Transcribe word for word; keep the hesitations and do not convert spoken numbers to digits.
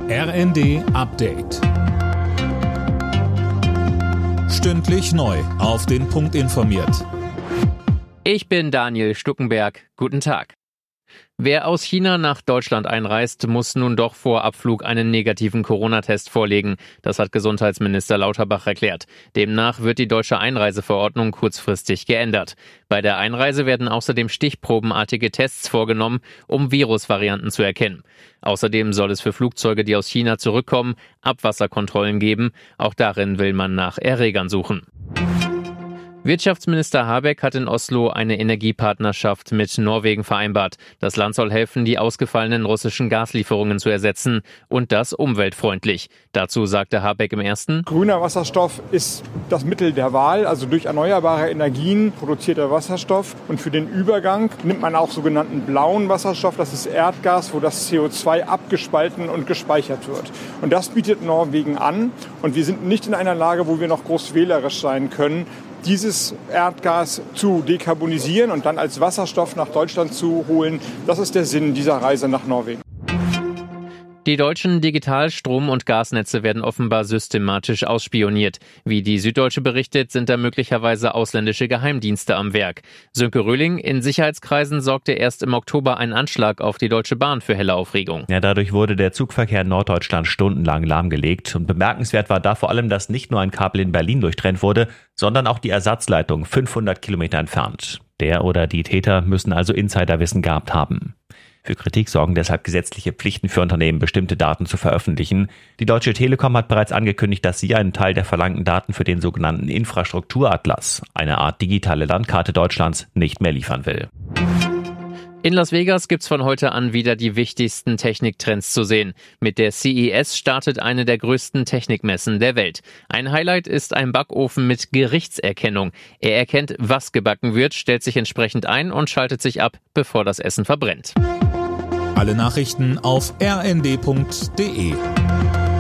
R N D Update. Stündlich neu auf den Punkt informiert. Ich bin Daniel Stuckenberg. Guten Tag. Wer aus China nach Deutschland einreist, muss nun doch vor Abflug einen negativen Corona-Test vorlegen. Das hat Gesundheitsminister Lauterbach erklärt. Demnach wird die deutsche Einreiseverordnung kurzfristig geändert. Bei der Einreise werden außerdem stichprobenartige Tests vorgenommen, um Virusvarianten zu erkennen. Außerdem soll es für Flugzeuge, die aus China zurückkommen, Abwasserkontrollen geben. Auch darin will man nach Erregern suchen. Wirtschaftsminister Habeck hat in Oslo eine Energiepartnerschaft mit Norwegen vereinbart. Das Land soll helfen, die ausgefallenen russischen Gaslieferungen zu ersetzen und das umweltfreundlich. Dazu sagte Habeck im ersten: Grüner Wasserstoff ist das Mittel der Wahl, also durch erneuerbare Energien produzierter Wasserstoff. Und für den Übergang nimmt man auch sogenannten blauen Wasserstoff, das ist Erdgas, wo das C O zwei abgespalten und gespeichert wird. Und das bietet Norwegen an. Und wir sind nicht in einer Lage, wo wir noch groß wählerisch sein können, dieses Erdgas zu dekarbonisieren und dann als Wasserstoff nach Deutschland zu holen. Das ist der Sinn dieser Reise nach Norwegen. Die deutschen Digitalstrom- und Gasnetze werden offenbar systematisch ausspioniert. Wie die Süddeutsche berichtet, sind da möglicherweise ausländische Geheimdienste am Werk. Sönke Röhling: In Sicherheitskreisen sorgte erst im Oktober ein Anschlag auf die Deutsche Bahn für helle Aufregung. Ja, dadurch wurde der Zugverkehr in Norddeutschland stundenlang lahmgelegt. Und bemerkenswert war da vor allem, dass nicht nur ein Kabel in Berlin durchtrennt wurde, sondern auch die Ersatzleitung fünfhundert Kilometer entfernt. Der oder die Täter müssen also Insiderwissen gehabt haben. Für Kritik sorgen deshalb gesetzliche Pflichten für Unternehmen, bestimmte Daten zu veröffentlichen. Die Deutsche Telekom hat bereits angekündigt, dass sie einen Teil der verlangten Daten für den sogenannten Infrastrukturatlas, eine Art digitale Landkarte Deutschlands, nicht mehr liefern will. In Las Vegas gibt's von heute an wieder die wichtigsten Techniktrends zu sehen. Mit der C E S startet eine der größten Technikmessen der Welt. Ein Highlight ist ein Backofen mit Gerichtserkennung. Er erkennt, was gebacken wird, stellt sich entsprechend ein und schaltet sich ab, bevor das Essen verbrennt. Alle Nachrichten auf r n d punkt d e.